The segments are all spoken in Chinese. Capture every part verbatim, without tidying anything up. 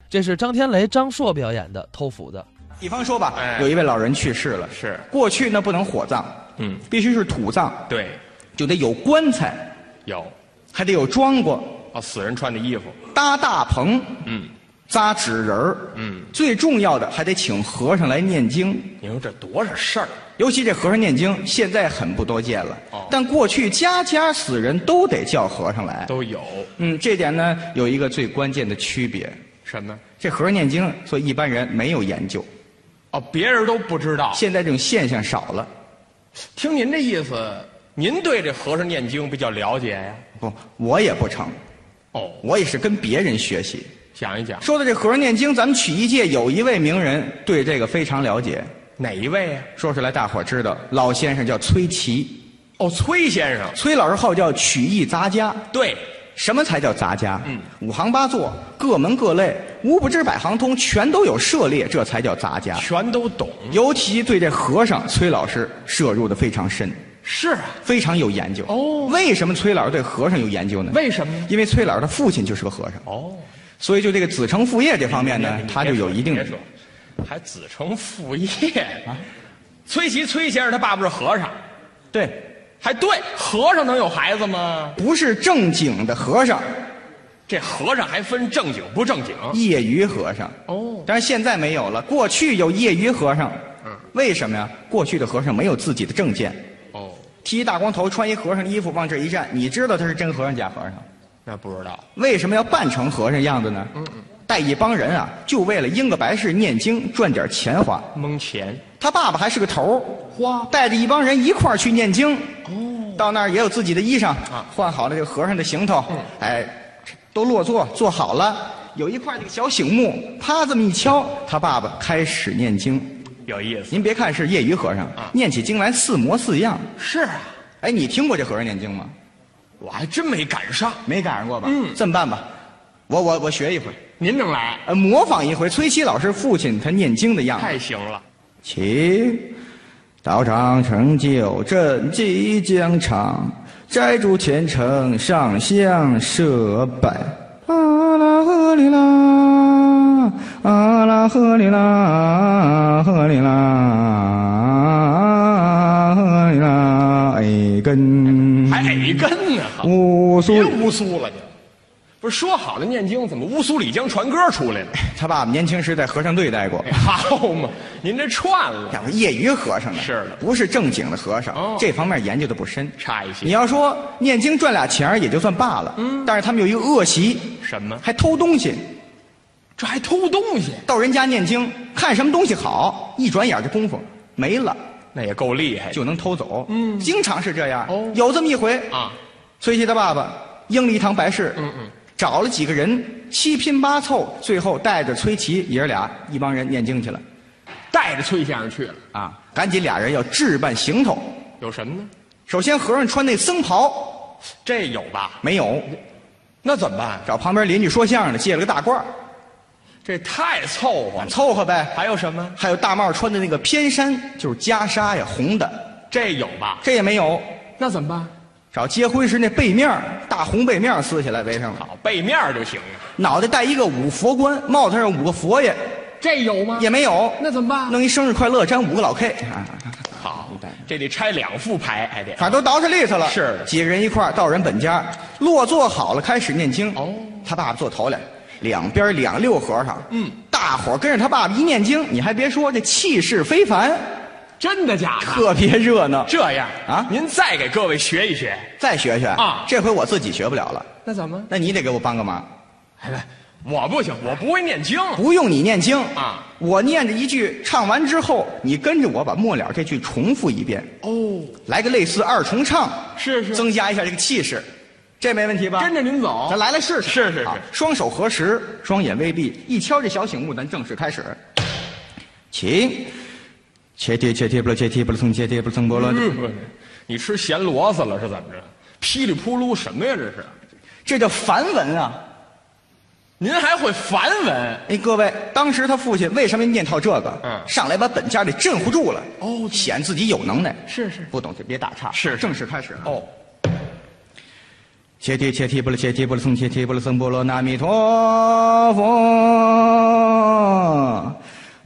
这是张天雷、张硕表演的偷斧子。 比方说吧， 哎有一位老人去世了， 是过去呢不能火葬， 嗯， 必须是土葬， 对， 就得有棺材， 有还得有装过， 哦，死人穿的衣服， 搭大棚， 嗯扎纸人儿， 嗯， 最重要的还得请和尚来念经。 你说这多少事儿？ 尤其这和尚念经，现在很不多见了。 哦但过去家家死人都得叫和尚来。 都有嗯，这点呢有一个最关键的区别， 什么？ 这和尚念经，所以一般人没有研究。 哦，别人都不知道。 现在这种现象少了。 听您这意思，您对这和尚念经比较了解呀？ 不，我也不成， 哦， 我也是跟别人学习。 讲一讲， 说到这和尚念经，咱们曲艺界有一位名人对这个非常了解， 哪一位呀？ 说出来大伙儿知道，老先生叫崔琦， 哦，崔先生。 崔老师号叫曲艺杂家。 对， 什么才叫杂家？ 嗯， 五行八作，各门各类，无不知百行通，全都有涉猎，这才叫杂家。 全都懂。 尤其对这和尚，崔老师涉入的非常深， 是啊， 非常有研究。 哦为什么崔老师对和尚有研究呢？ 为什么呢？ 因为崔老师的父亲就是个和尚， 哦， 所以就这个子承父业这方面呢你，别他就有一定的别。说，还子承父业啊。崔琦崔先生他爸爸是和尚， 对， 还对，和尚能有孩子吗？ 不是正经的和尚， 这和尚还分正经不正经？ 业余和尚。 哦， 但是现在没有了，过去有业余和尚。 嗯， 为什么呀？过去的和尚没有自己的证件， 哦， 剃一大光头，穿一和尚的衣服，往这一站，你知道他是真和尚假和尚。 那不知道。 为什么要扮成和尚样子呢？ 嗯嗯， 带一帮人啊，就为了应个白事、念经，赚点钱花。 蒙钱。 他爸爸还是个头儿， 花带着一帮人一块儿去念经。 哦， 到那儿也有自己的衣裳， 啊换好了这个和尚的行头， 嗯哎，都落座坐好了，有一块这个小醒木，啪这么一敲，他爸爸开始念经。 有意思。 您别看是业余和尚， 啊念起经来似模似样。 是啊， 哎，你听过这和尚念经吗？ 我还真没赶上。 没赶上过吧？ 嗯这么办吧，我我我学一回， 您能来？ 呃，模仿一回崔琦老师父亲他念经的样子。 太行了。 起，道场成就真即将唱，摘竹虔诚上香设拜。阿拉赫里拉，阿拉赫里拉，赫里拉，赫里拉，哎根， 还矮根呢，哈乌苏别乌苏了你。不是说好的念经，怎么乌苏里江传歌出来了？ 他爸爸年轻时在和尚队待过哎，，好嘛，您这串了， 要不业余和尚呢？ 是的不是正经的和尚， 哦这方面研究的不深。 差一些。 你要说念经赚俩钱儿也就算罢了，嗯，但是他们有一个恶习， 什么？ 还偷东西。 这还偷东西？ 到人家念经，看什么东西好，一转眼这功夫没了， 那也够厉害。 就能偷走。 嗯经常是这样。 哦有这么一回， 啊， 崔琦他爸爸应了一堂白事， 嗯嗯， 找了几个人，七拼八凑，最后带着崔琦爷儿俩一帮人念经去了。 带着崔先生去了。 啊，赶紧俩人要置办行头。 有什么呢？ 首先和尚穿那僧袍这有吧？ 没有， 那怎么办？ 找旁边邻居说相声的借了个大褂儿这太凑合了。 凑合呗。 还有什么？ 还有大帽穿的那个偏衫，就是袈裟呀，红的， 这有吧？ 这也没有。 那怎么办？ 找结婚时那背面儿大红背面儿撕下来围上了， 好，背面就行了。 脑袋戴一个五佛冠，帽子上五个佛爷， 这有吗？ 也没有。 那怎么办？ 弄一生日快乐粘五个老 K，啊， 好，这得拆两副牌，还得。 反正都捯饬利索了。 是的几个人一块儿到人本家，落座好了，开始念经。 哦他爸爸坐头来，两边两溜和尚， 嗯， 大伙儿跟着他爸爸一念经，你还别说，这气势非凡， 真的假的？ 特别热闹。 这样啊您再给各位学一学。 再学学啊这回我自己学不了了， 那怎么？ 那你得给我帮个忙。 哎，我不行，我不会念经。 不用你念经啊， 我念着一句，唱完之后，你跟着我把末了这句重复一遍， 哦， 来个类似二重唱， 是是， 增加一下这个气势，这没问题吧？ 跟着您走咱。来来试试。 是是是好双手合十，双眼微闭，一敲这小醒木，咱正式开始。请，切贴切贴不了切贴不了蹭切贴不了蹭波了。 嗯你吃咸螺丝了是怎么着？噼里扑噜什么呀？这是？ 这叫梵文啊！ 您还会梵文？ 哎，各位，当时他父亲为什么念套这个？ 嗯上来把本家给镇唬住了。 哦显自己有能耐。 是是不懂就别打岔。 是是正式开始了。 哦， 切贴切贴不了切贴不了僧切贴不了僧波罗那弥陀佛。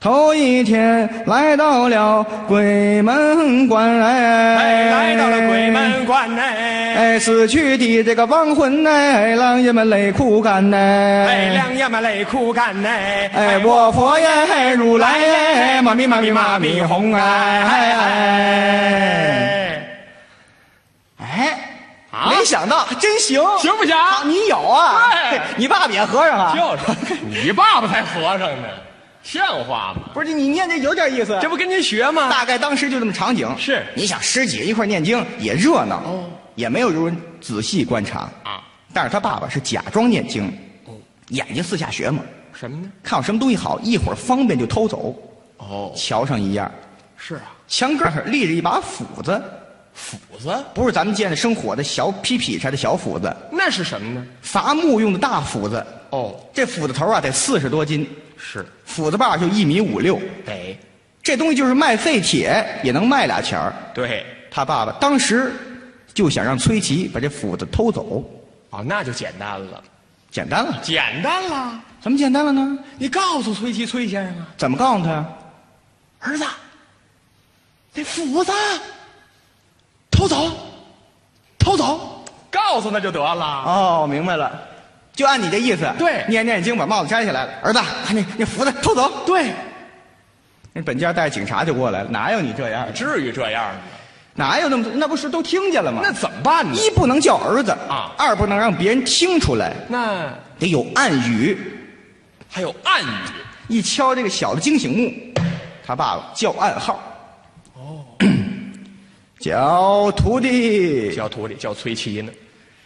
头一天来到了鬼门关，哎， 哎，来到了鬼门关哎， 哎，死去的这个亡魂哎，狼爷们泪哭干哎， 哎，两爷们泪哭干哎， 哎，我佛耶，如来耶，妈咪妈咪妈咪红哎哎哎，哎， 啊没想到还真行， 行不行？ 啊你有啊哎？ 你爸爸也和尚啊？ 就是你爸爸才和尚呢，像话吗？ 不是你念这有点意思， 这不跟您学吗？ 大概当时就这么场景。 是你想十几人一块念经也热闹， 哦也没有人仔细观察啊。 但是他爸爸是假装念经，眼睛四下学嘛， 什么呢？ 看有什么东西好，一会儿方便就偷走。 哦， 瞧上一样， 是啊， 墙根上立着一把斧子， 斧子不是咱们见的生火的小劈劈柴的小斧子， 那是什么呢？ 伐木用的大斧子。 哦， 这斧子头啊得四十多斤， 是斧子把就一米五六， 得这东西就是卖废铁也能卖俩钱儿。 对他爸爸当时就想让崔琦把这斧子偷走， 哦，那就简单了， 简单了， 简单了。 怎么简单了呢？ 你告诉崔琦崔先生啊， 怎么告诉他呀？ 儿子，那斧子偷走，偷走，告诉他就得了。 哦，明白了，就按你这意思， 对念念经把帽子摘下来了，儿子，看那那斧子偷走。 对， 那本家带着警察就过来了，哪有你这样的？ 至于这样吗？ 哪有那么那不是都听见了吗？ 那怎么办呢？ 一不能叫儿子啊二不能让别人听出来， 那得有暗语。 还有暗语。 一敲这个小的惊醒木，他爸爸叫暗号。哦，叫徒弟， 叫徒弟叫崔琦呢。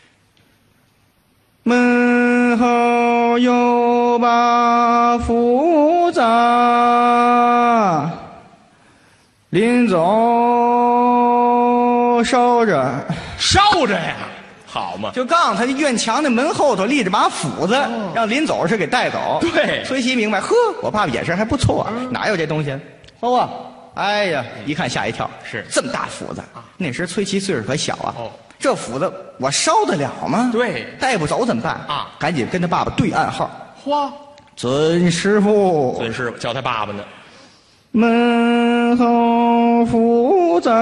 门后有把斧子，临走烧着。 烧着呀，好嘛。 就告诉他，院墙那门后头立着把斧子，让临走时给带走。 对崔琦明白，呵，我爸爸眼神还不错啊，哪有这东西？哦啊，哎呀，一看吓一跳， 是这么大斧子。那时崔琦岁数可小啊， 哦这斧子我烧得了吗？ 对带不走怎么办啊？ 赶紧跟他爸爸对暗号。 嚯， 尊师傅， 尊师傅叫他爸爸呢。 门后斧子，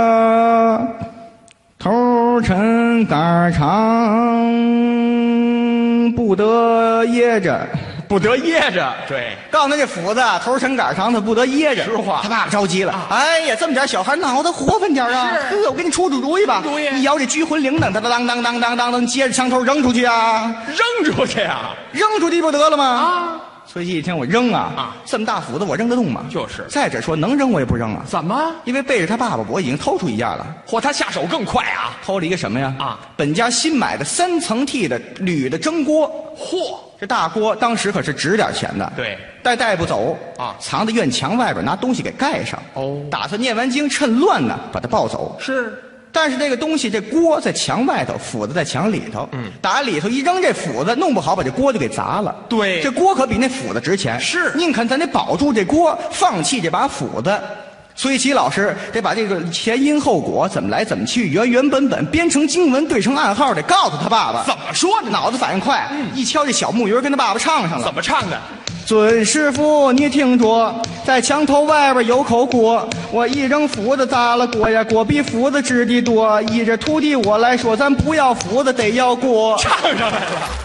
头抻杆长，不得掖着。 不得掖着。对， 告诉他这斧子啊头抻杆长，他不得掖着。 实话他爸爸着急了。 啊哎呀，这么点小孩脑子活泛点啊！ 是呵，我给你出出主意吧。 主意一摇这拘魂铃铛，他当当当当当当，接着枪头扔出去啊！ 扔出去啊！ 扔出去不得了吗？ 啊， 崔琦一听我扔啊啊这么大斧子我扔得动吗？ 就是再者说能扔我也不扔啊， 怎么？ 因为背着他爸爸我已经偷出一样了。 嚯，他下手更快啊！ 偷了一个什么呀？ 啊， 本家新买的三层屉的铝的蒸锅。 嚯， 这大锅当时可是值点钱的， 对， 带带不走啊藏在院墙外边，拿东西给盖上。 哦打算念完经趁乱呢把它抱走。 是但是这个东西，这锅在墙外头，斧子在墙里头。 嗯， 打里头一扔这斧子，弄不好把这锅就给砸了。 对这锅可比那斧子值钱。 是宁肯咱得保住这锅，放弃这把斧子。崔琦老师得把这个前因后果怎么来怎么去，原原本本编成经文，对成暗号，得告诉他爸爸。 怎么说呢？ 脑子反应快，一敲这小木鱼儿跟他爸爸唱上了。 怎么唱的？ 尊师傅，你听着，在墙头外边有口锅，我一扔斧子砸了锅呀，锅比斧子值的多。依着徒弟我来说，咱不要斧子，得要锅。 唱上来了。